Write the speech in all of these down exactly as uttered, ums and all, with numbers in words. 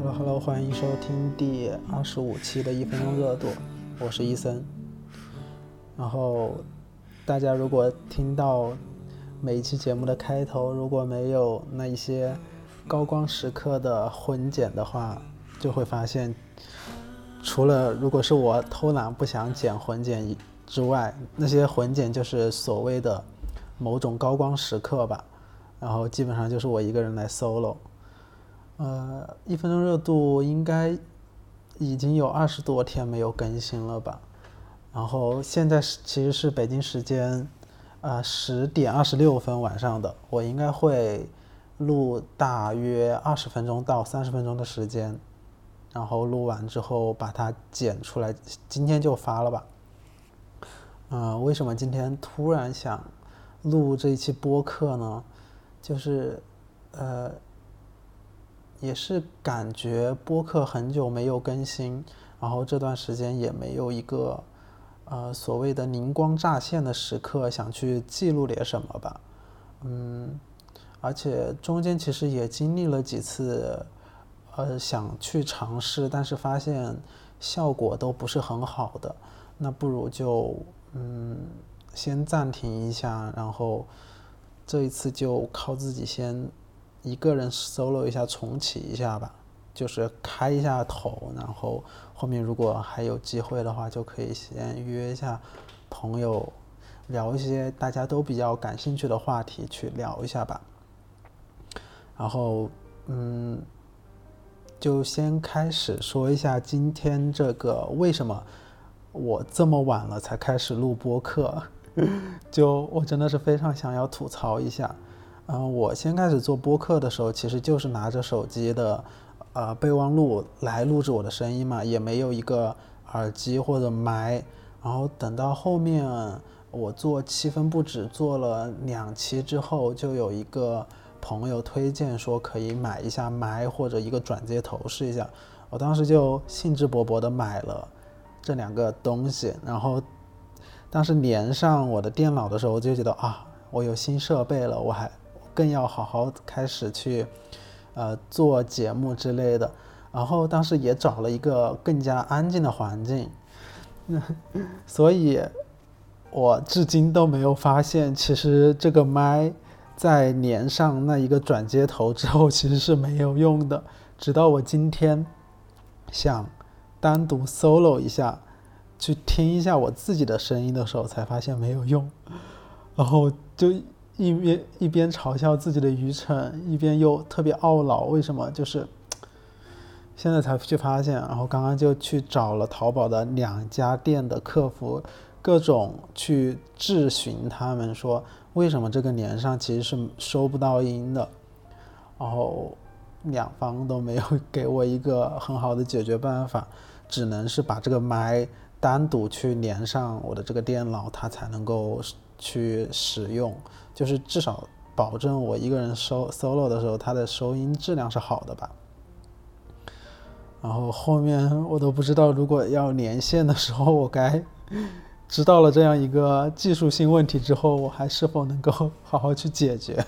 Hello Hello，欢迎收听第二十五期的一分钟热度，我是伊森。然后大家如果听到每一期节目的开头如果没有那一些高光时刻的混剪的话，就会发现除了如果是我偷懒不想剪混剪之外，那些混剪就是所谓的某种高光时刻吧，然后基本上就是我一个人来 solo。呃，一分钟热度应该已经有二十多天没有更新了吧。然后现在是其实是北京时间呃十点二十六分晚上的，我应该会录大约二十分钟到三十分钟的时间，然后录完之后把它剪出来，今天就发了吧。呃，为什么今天突然想录这一期播客呢？就是呃。也是感觉播客很久没有更新，然后这段时间也没有一个呃所谓的灵光乍现的时刻，想去记录点什么吧。嗯，而且中间其实也经历了几次呃想去尝试，但是发现效果都不是很好的，那不如就嗯先暂停一下，然后这一次就靠自己先一个人 solo 一下，重启一下吧，就是开一下头，然后后面如果还有机会的话，就可以先约一下朋友，聊一些大家都比较感兴趣的话题去聊一下吧。然后嗯，就先开始说一下今天这个为什么我这么晚了才开始录播客，就我真的是非常想要吐槽一下。嗯，我先开始做播客的时候，其实就是拿着手机的呃备忘录来录制我的声音嘛，也没有一个耳机或者麦。然后等到后面我做七分不止做了两期之后，就有一个朋友推荐说可以买一下麦或者一个转接头试一下，我当时就兴致勃勃的买了这两个东西。然后当时连上我的电脑的时候，我就觉得啊，我有新设备了，我还更要好好开始去呃做节目之类的。然后当时也找了一个更加安静的环境，所以我至今都没有发现其实这个麦在连上那一个转接头之后其实是没有用的，直到我今天想单独 solo 一下去听一下我自己的声音的时候才发现没有用，然后就一边一边嘲笑自己的愚蠢，一边又特别懊恼，为什么就是现在才去发现。然后刚刚就去找了淘宝的两家店的客服，各种去质询他们说为什么这个连上其实是收不到音的，然后两方都没有给我一个很好的解决办法，只能是把这个麦单独去连上我的这个电脑，它才能够去使用，就是至少保证我一个人收 solo 的时候它的收音质量是好的吧。然后后面我都不知道如果要连线的时候，我该知道了这样一个技术性问题之后，我还是否能够好好去解决。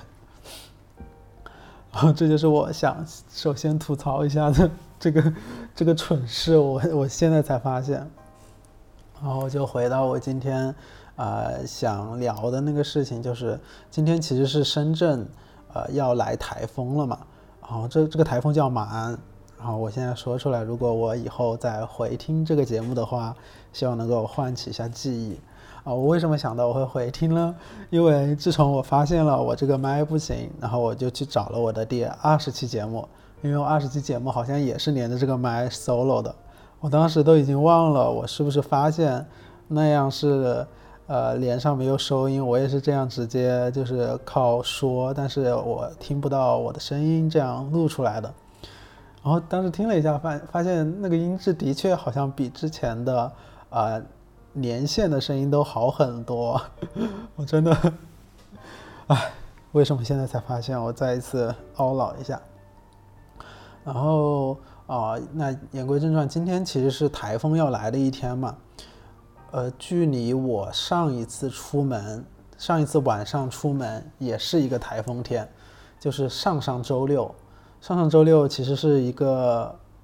然后这就是我想首先吐槽一下的这个这个蠢事，我我现在才发现。然后就回到我今天呃想聊的那个事情，就是今天其实是深圳呃要来台风了嘛，然后这这个台风叫马鞍。然后我现在说出来，如果我以后再回听这个节目的话，希望能够唤起一下记忆啊。我为什么想到我会回听呢？因为自从我发现了我这个麦不行，然后我就去找了我的第二十期节目，因为我二十期节目好像也是连着这个麦 solo 的，我当时都已经忘了我是不是发现那样是呃连上没有收音，我也是这样直接就是靠说，但是我听不到我的声音这样录出来的。然后当时听了一下，发发现那个音质的确好像比之前的呃连线的声音都好很多。我真的，唉，为什么现在才发现？我再一次懊恼一下。然后啊、呃，那言归正传，今天其实是台风要来的一天嘛。呃，距离我上一次出门，上一次晚上出门也是一个台风天，就是上上周六。上上周六其实是一个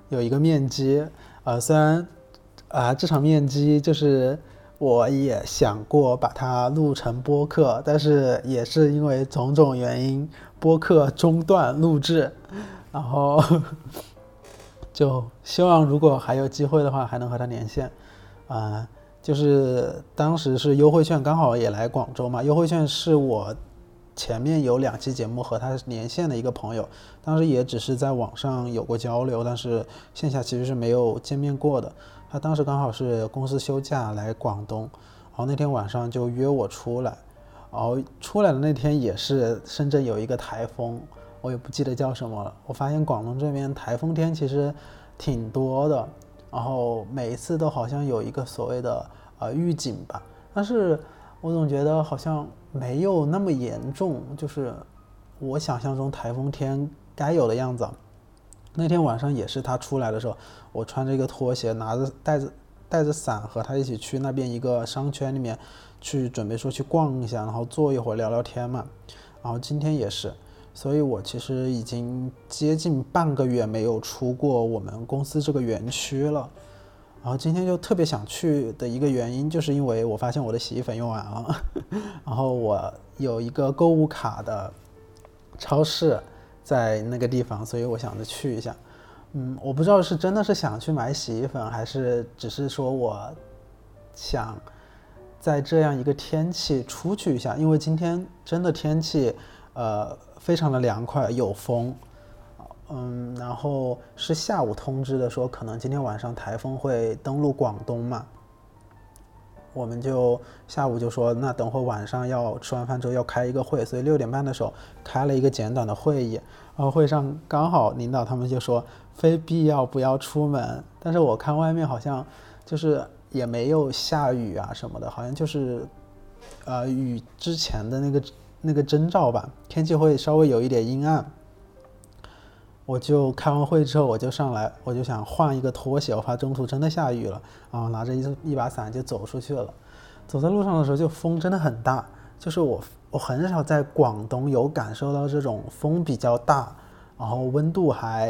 有一个面基，呃，虽然啊、呃、这场面基就是我也想过把它录成播客，但是也是因为种种原因，播客中断录制，然后就希望如果还有机会的话，还能和他连线，啊、呃，就是当时是优惠券刚好也来广州嘛，优惠券是我前面有两期节目和他连线的一个朋友，当时也只是在网上有过交流，但是线下其实是没有见面过的。他当时刚好是公司休假来广东，然后那天晚上就约我出来，然后出来的那天也是深圳有一个台风，我也不记得叫什么了。我发现广东这边台风天其实挺多的，然后每一次都好像有一个所谓的呃预警吧，但是我总觉得好像没有那么严重，就是我想象中台风天该有的样子。那天晚上也是他出来的时候，我穿着一个拖鞋，拿着带着带着伞和他一起去那边一个商圈里面去准备说去逛一下，然后坐一会儿聊聊天嘛。然后今天也是，所以我其实已经接近半个月没有出过我们公司这个园区了。然后今天就特别想去的一个原因，就是因为我发现我的洗衣粉用完了，然后我有一个购物卡的超市在那个地方，所以我想着去一下。嗯，我不知道是真的是想去买洗衣粉，还是只是说我想在这样一个天气出去一下，因为今天真的天气呃非常的凉快，有风。嗯，然后是下午通知的说可能今天晚上台风会登陆广东嘛，我们就下午就说那等会晚上要吃完饭之后要开一个会，所以六点半的时候开了一个简短的会议，然后会上刚好领导他们就说非必要不要出门，但是我看外面好像就是也没有下雨啊什么的，好像就是呃雨之前的那个那个征兆吧，天气会稍微有一点阴暗。我就开完会之后我就上来，我就想换一个拖鞋，我怕中途真的下雨了，然后拿着 一, 一把伞就走出去了。走在路上的时候就风真的很大，就是我我很少在广东有感受到这种风比较大，然后温度还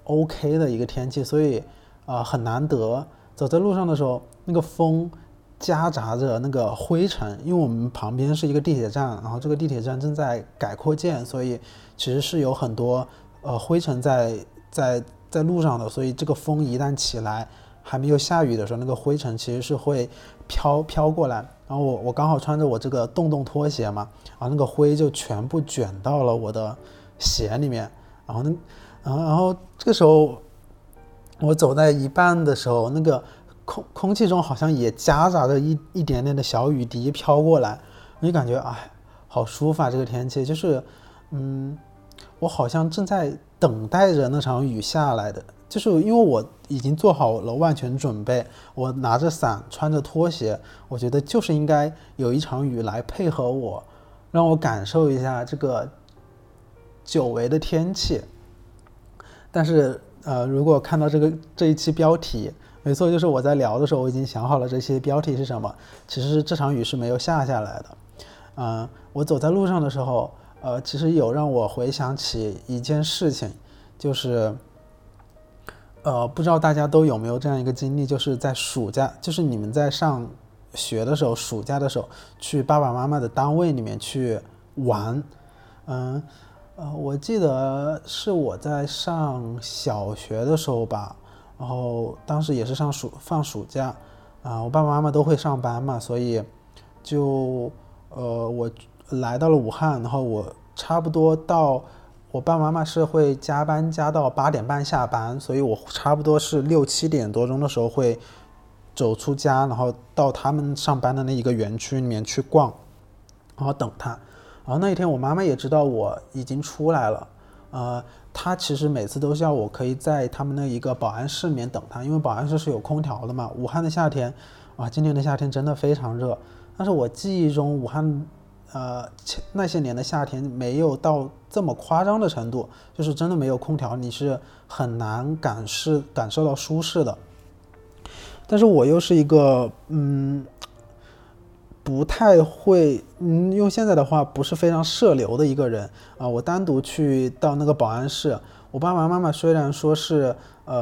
OK 的一个天气，所以呃很难得。走在路上的时候，那个风夹杂着那个灰尘，因为我们旁边是一个地铁站，然后这个地铁站正在改扩建，所以其实是有很多呃，灰尘在在在路上的，所以这个风一旦起来，还没有下雨的时候，那个灰尘其实是会飘飘过来。然后我我刚好穿着我这个洞洞拖鞋嘛，然后那个灰就全部卷到了我的鞋里面。然后那然后然后这个时候我走在一半的时候，那个空空气中好像也夹杂着一一点点的小雨滴飘过来，我就感觉哎，好舒服啊！这个天气就是嗯。我好像正在等待着那场雨下来的，就是因为我已经做好了万全准备，我拿着伞穿着拖鞋，我觉得就是应该有一场雨来配合我，让我感受一下这个久违的天气。但是呃，如果看到这个这一期标题，没错，就是我在聊的时候我已经想好了这些标题是什么，其实这场雨是没有下下来的。嗯、呃，我走在路上的时候呃，其实有让我回想起一件事情，就是，呃，不知道大家都有没有这样一个经历，就是在暑假，就是你们在上学的时候，暑假的时候，去爸爸妈妈的单位里面去玩，嗯，呃，我记得是我在上小学的时候吧，然后当时也是上暑放暑假，啊、呃，我爸爸妈妈都会上班嘛，所以就，呃，我。来到了武汉，然后我差不多到我爸爸妈妈是会加班加到八点半下班，所以我差不多是六七点多钟的时候会走出家，然后到他们上班的那一个园区里面去逛，然后等他。然后那一天我妈妈也知道我已经出来了，呃，她其实每次都叫我可以在他们那一个保安室里面等她，因为保安室是有空调的嘛。武汉的夏天，啊，今年的夏天真的非常热，但是我记忆中武汉。呃，那些年的夏天没有到这么夸张的程度，就是真的没有空调，你是很难感受感受到舒适的。但是我又是一个嗯，不太会，嗯，用现在的话不是非常社牛的一个人啊、呃。我单独去到那个保安室，我爸爸妈妈虽然说是呃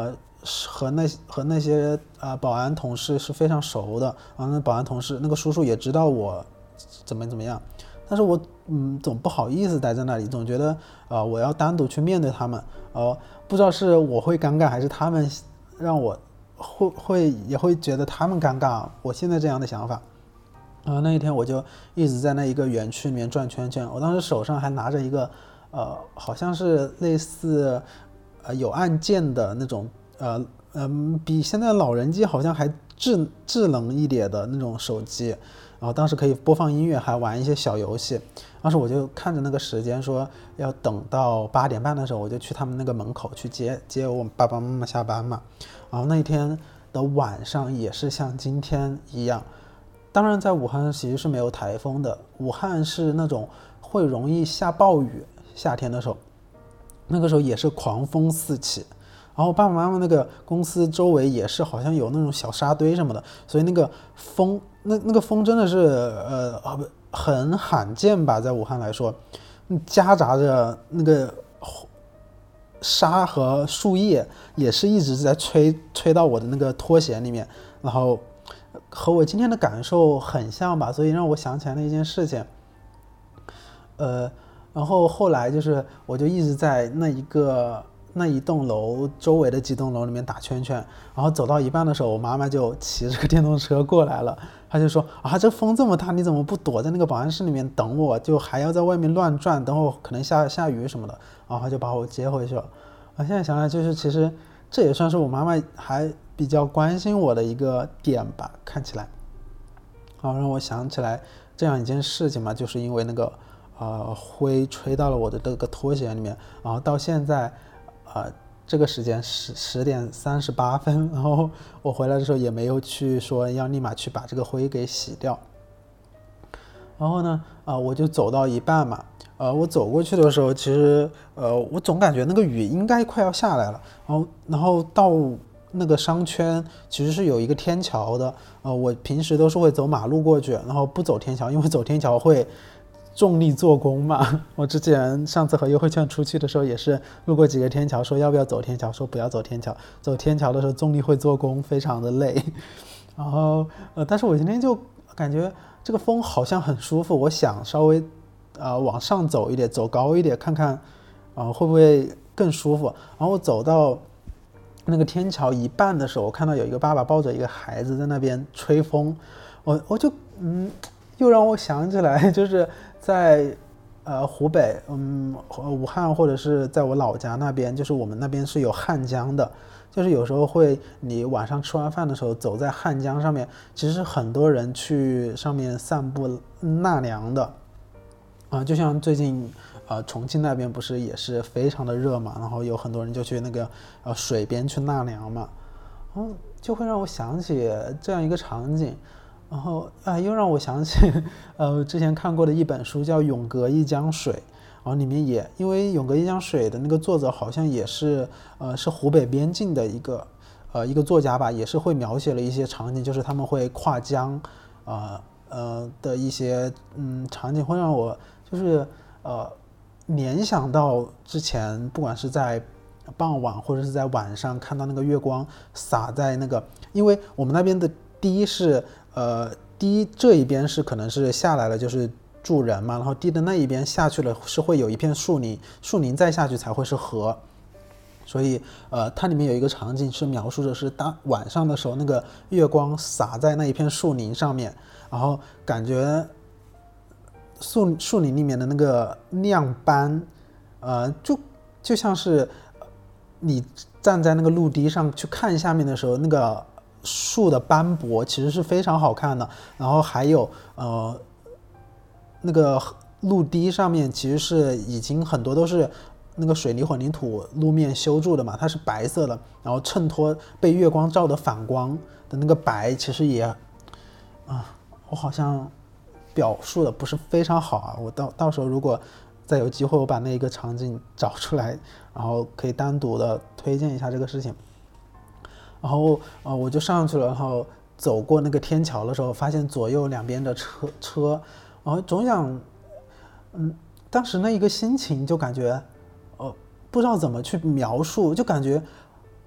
和那和那些呃保安同事是非常熟的，然后那保安同事那个叔叔也知道我怎么怎么样，但是我嗯总不好意思待在那里，总觉得呃我要单独去面对他们，呃不知道是我会尴尬还是他们让我会会也会觉得他们尴尬，我现在这样的想法。然后那一天我就一直在那一个园区里面转圈圈，我当时手上还拿着一个呃好像是类似呃有按键的那种呃嗯比现在老人机好像还智智能一点的那种手机，然后当时可以播放音乐，还玩一些小游戏。当时我就看着那个时间说要等到八点半的时候，我就去他们那个门口去接接我爸爸妈妈下班嘛。然后那一天的晚上也是像今天一样，当然在武汉其实是没有台风的，武汉是那种会容易下暴雨，夏天的时候那个时候也是狂风四起，然后爸爸妈妈那个公司周围也是好像有那种小沙堆什么的，所以那个风那那个风真的是呃很罕见吧，在武汉来说，夹杂着那个沙和树叶也是一直在吹吹到我的那个拖鞋里面，然后和我今天的感受很像吧，所以让我想起来那一件事情。呃，然后后来就是我就一直在那一个那一栋楼周围的几栋楼里面打圈圈，然后走到一半的时候，我妈妈就骑着个电动车过来了，她就说啊，这风这么大，你怎么不躲在那个保安室里面等我，就还要在外面乱转，等会可能下下雨什么的，然后她就把我接回去了。啊，现在想想就是其实这也算是我妈妈还比较关心我的一个点吧，看起来。好，让我想起来这样一件事情嘛，就是因为那个呃灰吹到了我的这个拖鞋里面，然后到现在呃这个时间十十点三十八分，然后我回来的时候也没有去说要立马去把这个灰给洗掉。然后呢，啊、呃，我就走到一半嘛，呃，我走过去的时候，其实呃我总感觉那个雨应该快要下来了，然后然后到那个商圈其实是有一个天桥的，呃，我平时都是会走马路过去，然后不走天桥，因为走天桥会重力做功嘛。我之前上次和优惠券出去的时候也是路过几个天桥，说要不要走天桥，说不要走天桥，走天桥的时候重力会做功，非常的累。然后呃，但是我今天就感觉这个风好像很舒服，我想稍微呃往上走一点，走高一点，看看啊、呃、会不会更舒服。然后我走到那个天桥一半的时候，我看到有一个爸爸抱着一个孩子在那边吹风，我我就嗯，又让我想起来，就是在呃湖北，嗯，武汉或者是在我老家那边，就是我们那边是有汉江的，就是有时候会你晚上吃完饭的时候走在汉江上面，其实很多人去上面散步纳凉的，啊、呃，就像最近。呃，重庆那边不是也是非常的热嘛，然后有很多人就去那个呃水边去纳凉嘛，然后就会让我想起这样一个场景，然后啊、呃、又让我想起呃之前看过的一本书叫《永隔一江水》，然后里面也因为《永隔一江水》的那个作者好像也是呃是湖北边境的一个呃一个作家吧，也是会描写了一些场景，就是他们会跨江，呃呃的一些嗯场景，会让我就是呃。联想到之前不管是在傍晚或者是在晚上看到那个月光洒在那个，因为我们那边的低是呃低这一边是可能是下来了就是住人嘛，然后低的那一边下去了是会有一片树林，树林再下去才会是河，所以呃它里面有一个场景是描述的是当晚上的时候那个月光洒在那一片树林上面，然后感觉树树林里面的那个亮斑，呃，就就像是你站在那个陆地上去看下面的时候，那个树的斑驳其实是非常好看的。然后还有呃，那个陆地上面其实是已经很多都是那个水泥混凝土路面修筑的嘛，它是白色的，然后衬托被月光照的反光的那个白，其实也啊、呃，我好像。表述的不是非常好啊，我到到时候如果再有机会，我把那个场景找出来，然后可以单独的推荐一下这个事情。然后呃我就上去了，然后走过那个天桥的时候，发现左右两边的车车，然后总想，嗯，当时那一个心情就感觉，呃，不知道怎么去描述，就感觉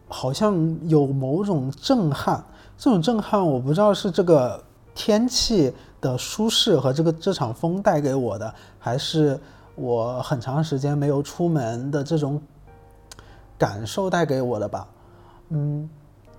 好像有某种震撼，这种震撼我不知道是这个天气的舒适和这个这场风带给我的，还是我很长时间没有出门的这种感受带给我的吧。嗯，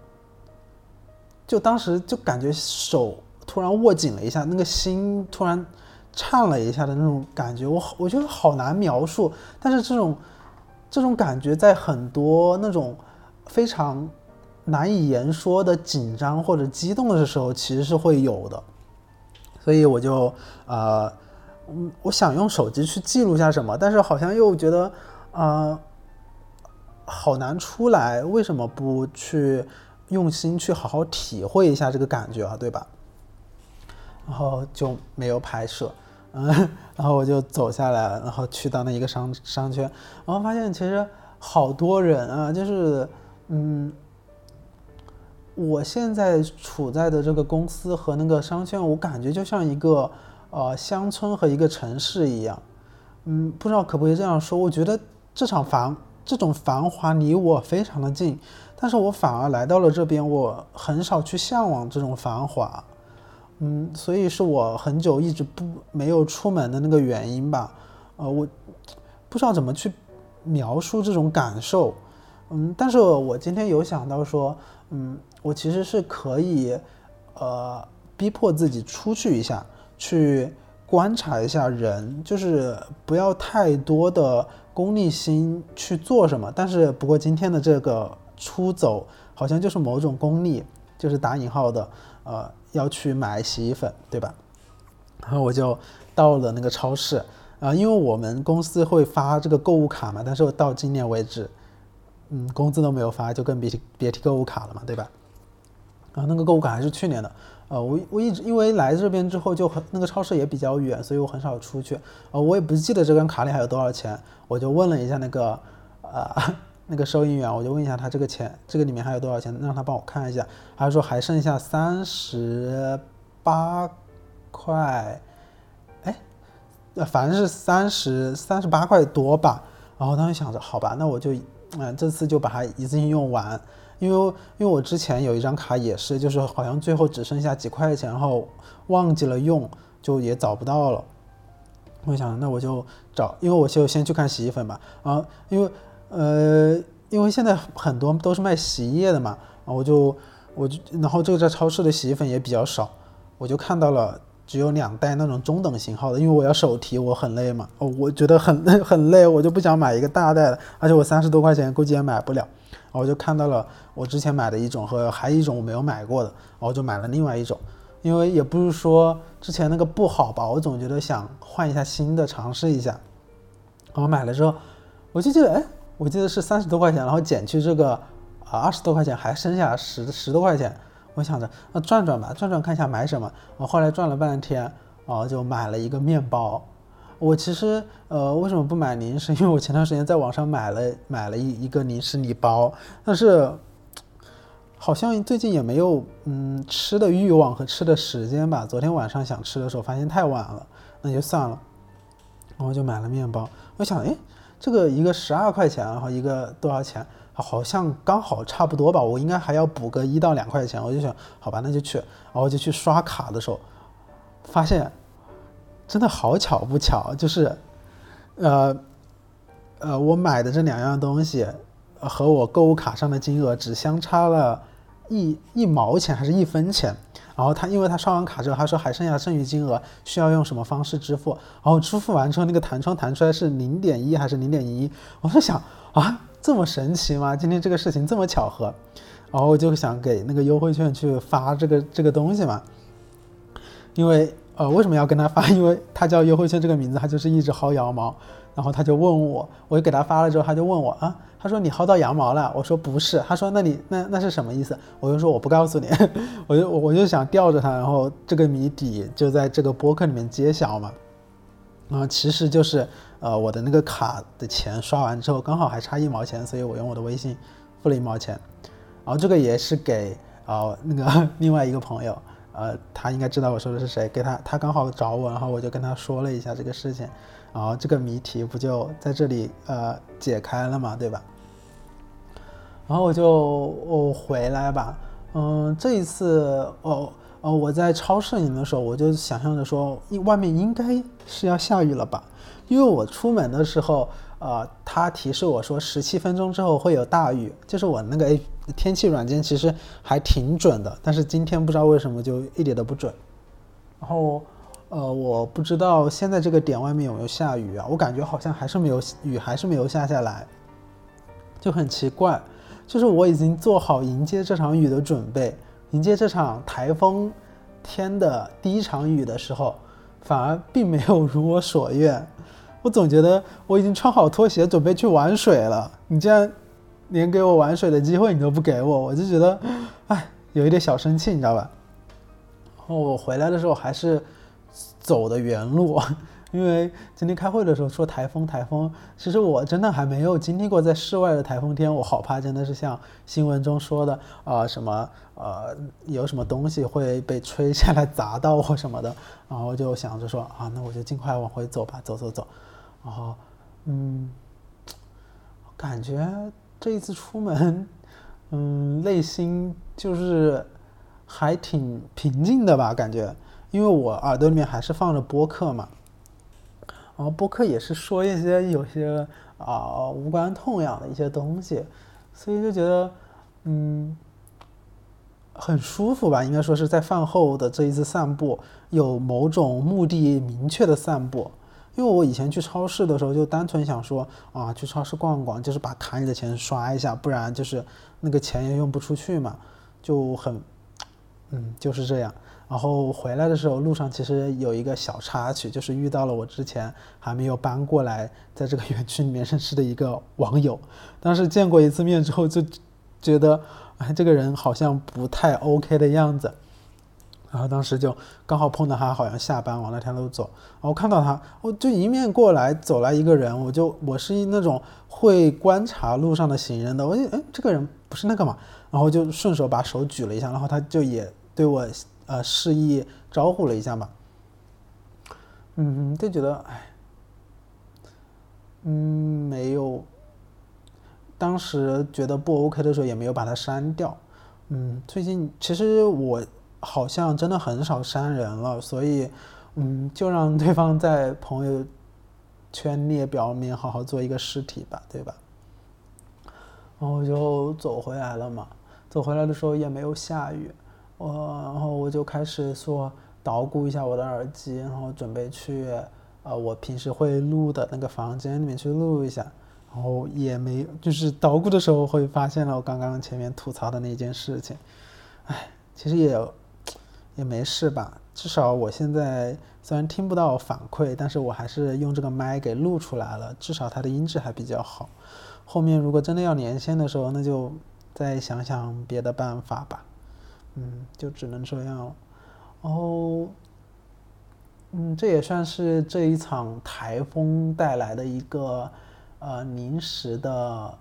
就当时就感觉手突然握紧了一下，那个心突然颤了一下的那种感觉，我我觉得好难描述。但是这种这种感觉在很多那种非常难以言说的紧张或者激动的时候，其实是会有的。所以我就呃，我想用手机去记录下什么，但是好像又觉得呃好难出来。为什么不去用心去好好体会一下这个感觉啊，对吧？然后就没有拍摄，嗯，然后我就走下来，然后去到那一个商商圈，然后发现其实好多人啊，就是嗯，我现在处在的这个公司和那个商圈，我感觉就像一个呃乡村和一个城市一样，嗯，不知道可不可以这样说？我觉得这场繁这种繁华离我非常的近，但是我反而来到了这边，我很少去向往这种繁华。嗯，所以是我很久一直不没有出门的那个原因吧。呃，我不知道怎么去描述这种感受。嗯，但是我今天有想到说，嗯，我其实是可以，呃，逼迫自己出去一下，去观察一下人，就是不要太多的功利心去做什么。但是不过今天的这个出走，好像就是某种功利，就是打引号的，呃。要去买洗衣粉，对吧？然后我就到了那个超市啊、呃，因为我们公司会发这个购物卡嘛，但是我到今年为止，嗯，工资都没有发，就更别提别提购物卡了嘛，对吧？然后那个购物卡还是去年的，呃，我我一直因为来这边之后就很那个超市也比较远，所以我很少出去，呃，我也不记得这张卡里还有多少钱，我就问了一下那个，呃。那个收银员，我就问一下他这个钱，这个里面还有多少钱，让他帮我看一下。他说还剩下三十八块，哎，反正是三十三十八块多吧。然后当时想着，好吧，那我就，嗯，这次就把它一次性用完，因为因为我之前有一张卡也是，就是好像最后只剩下几块钱，然后忘记了用，就也找不到了。我想，那我就找，因为我就先去看洗衣粉嘛，然后因为。呃，因为现在很多都是卖洗衣液的嘛，我就我就然后这个在超市的洗衣粉也比较少，我就看到了只有两袋那种中等型号的，因为我要手提，我很累嘛，哦，我觉得很很累，我就不想买一个大袋的，而且我三十多块钱估计也买不了，我就看到了我之前买的一种和还有一种我没有买过的，我就买了另外一种，因为也不是说之前那个不好吧，我总觉得想换一下新的尝试一下，然后买了之后，我就记得哎。我记得是三十多块钱，然后减去这个啊二十多块钱，还剩下十十多块钱。我想着那转转吧，转转看一下买什么。我后来转了半天，哦，就买了一个面包。我其实呃为什么不买零食？因为我前段时间在网上买了买了一一个零食礼包，但是好像最近也没有嗯吃的欲望和吃的时间吧。昨天晚上想吃的时候发现太晚了，那就算了，然后就买了面包。我想哎。这个一个十二块钱，然后一个多少钱？好像刚好差不多吧。我应该还要补个一到两块钱。我就想，好吧，那就去。然后就去刷卡的时候，发现真的好巧不巧，就是，呃，呃，我买的这两样东西和我购物卡上的金额只相差了一一毛钱还是一分钱。然后他因为他刷完卡之后，他说还剩下剩余金额需要用什么方式支付，然后支付完之后那个弹窗弹出来是零点一还是零点一，我就想啊这么神奇吗？今天这个事情这么巧合，然后我就想给那个优惠券去发这个这个东西嘛，因为呃为什么要跟他发？因为他叫优惠券这个名字，他就是一直薅羊毛，然后他就问我，我就给他发了之后，他就问我啊。他说你薅到羊毛了，我说不是，他说那你那那是什么意思？我就说我不告诉你，我就我就想吊着他，然后这个谜底就在这个播客里面揭晓嘛。然后其实就是呃我的那个卡的钱刷完之后刚好还差一毛钱，所以我用我的微信付了一毛钱。然后这个也是给呃那个另外一个朋友，呃他应该知道我说的是谁，给他他刚好找我，然后我就跟他说了一下这个事情。然后这个谜题不就在这里呃解开了嘛，对吧？ 然后我就我回来吧，嗯，这一次哦哦我在超市里面的时候，我就想象着说外面应该是要下雨了吧，因为我出门的时候，呃，它提示我说十七分钟之后会有大雨，就是我那个 A 天气软件其实还挺准的，但是今天不知道为什么就一点都不准。然后，呃，我不知道现在这个点外面有没有下雨啊？我感觉好像还是没有雨，还是没有下下来，就很奇怪。就是我已经做好迎接这场雨的准备，迎接这场台风天的第一场雨的时候，反而并没有如我所愿。我总觉得我已经穿好拖鞋准备去玩水了，你竟然连给我玩水的机会你都不给我，我就觉得，哎，有一点小生气，你知道吧？然后我回来的时候还是走的原路，因为今天开会的时候说台风台风，其实我真的还没有经历过在室外的台风天，我好怕真的是像新闻中说的啊、呃、什么呃有什么东西会被吹下来砸到我什么的，然后就想着说啊那我就尽快往回走吧，走走走，然后嗯，感觉这一次出门，嗯，内心就是还挺平静的吧，感觉，因为我耳朵里面还是放着播客嘛。然后播客也是说一些有些啊、呃、无关痛痒的一些东西，所以就觉得嗯很舒服吧，应该说是在饭后的这一次散步有某种目的明确的散步。因为我以前去超市的时候就单纯想说啊去超市逛逛，就是把卡里的钱刷一下，不然就是那个钱也用不出去嘛，就很嗯就是这样。然后回来的时候路上其实有一个小插曲，就是遇到了我之前还没有搬过来在这个园区里面认识的一个网友，当时见过一次面之后就觉得哎这个人好像不太 OK 的样子，然后当时就刚好碰到他好像下班往那条路走，然后看到他我就迎面过来走来一个人，我就我是那种会观察路上的行人的，我就哎这个人不是那个嘛，然后就顺手把手举了一下，然后他就也对我呃示意招呼了一下嘛，嗯就觉得哎嗯没有，当时觉得不 OK 的时候也没有把它删掉。嗯，最近其实我好像真的很少删人了，所以嗯，就让对方在朋友圈列表面好好做一个尸体吧，对吧？然后就走回来了嘛，走回来的时候也没有下雨，我然后我就开始说捣鼓一下我的耳机，然后准备去呃我平时会录的那个房间里面去录一下。然后也没就是捣鼓的时候会发现了我刚刚前面吐槽的那件事情，哎，其实也也没事吧，至少我现在虽然听不到反馈，但是我还是用这个麦给录出来了，至少它的音质还比较好。后面如果真的要连线的时候，那就再想想别的办法吧，嗯，就只能这样了。然后嗯，这也算是这一场台风带来的一个呃临时的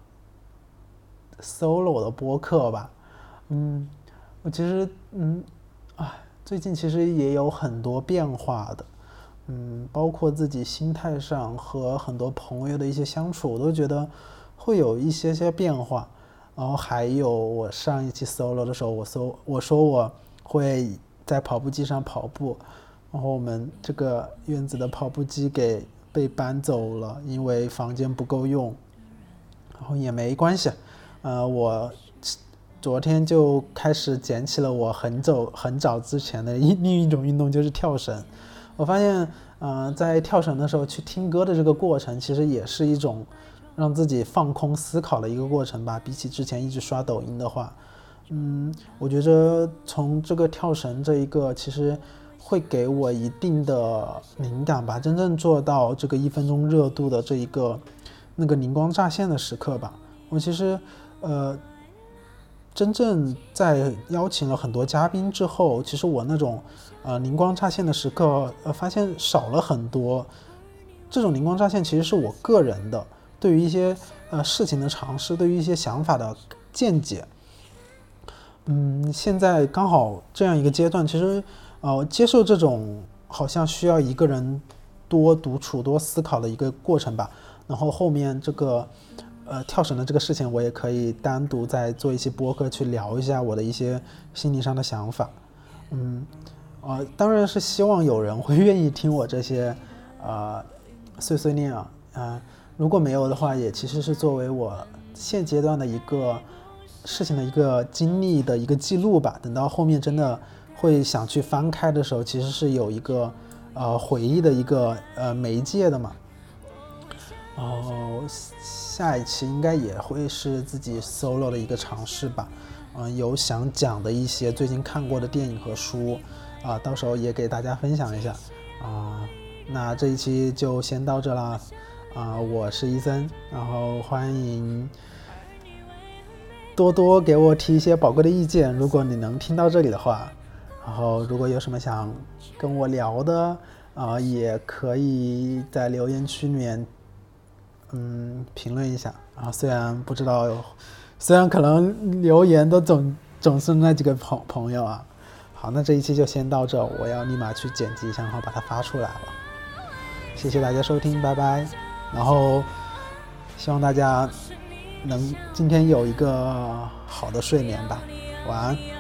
solo 的播客吧。嗯，我其实嗯啊最近其实也有很多变化的，嗯，包括自己心态上和很多朋友的一些相处，我都觉得会有一些些变化。然后还有我上一期 solo 的时候，我搜我说我会在跑步机上跑步，然后我们这个院子的跑步机给被搬走了，因为房间不够用，然后也没关系，呃，我昨天就开始捡起了我很早很早之前的一另一种运动，就是跳绳。我发现，呃，在跳绳的时候去听歌的这个过程，其实也是一种让自己放空思考的一个过程吧。比起之前一直刷抖音的话，嗯，我觉着从这个跳绳这一个，其实会给我一定的灵感吧。真正做到这个一分钟热度的这一个那个灵光乍现的时刻吧。我其实，呃，真正在邀请了很多嘉宾之后，其实我那种呃灵光乍现的时刻，呃，发现少了很多。这种灵光乍现其实是我个人的，对于一些呃事情的尝试，对于一些想法的见解。嗯，现在刚好这样一个阶段，其实呃接受这种好像需要一个人多独处、多思考的一个过程吧。然后后面这个呃跳绳的这个事情，我也可以单独再做一期播客去聊一下我的一些心理上的想法。嗯，呃，当然是希望有人会愿意听我这些呃碎碎念啊，啊、呃，如果没有的话，也其实是作为我现阶段的一个事情的一个经历的一个记录吧。等到后面真的会想去翻开的时候，其实是有一个呃回忆的一个呃媒介的嘛。哦，下一期应该也会是自己 solo 的一个尝试吧。嗯、呃，有想讲的一些最近看过的电影和书啊、呃，到时候也给大家分享一下啊、呃。那这一期就先到这啦啊、呃，我是伊森，然后欢迎多多给我提一些宝贵的意见，如果你能听到这里的话，然后如果有什么想跟我聊的啊、呃，也可以在留言区里面嗯评论一下啊。虽然不知道，虽然可能留言都总总是那几个朋朋友啊。好，那这一期就先到这，我要立马去剪辑一下，然后把它发出来了。谢谢大家收听，拜拜。然后希望大家能今天有一个好的睡眠吧，晚安。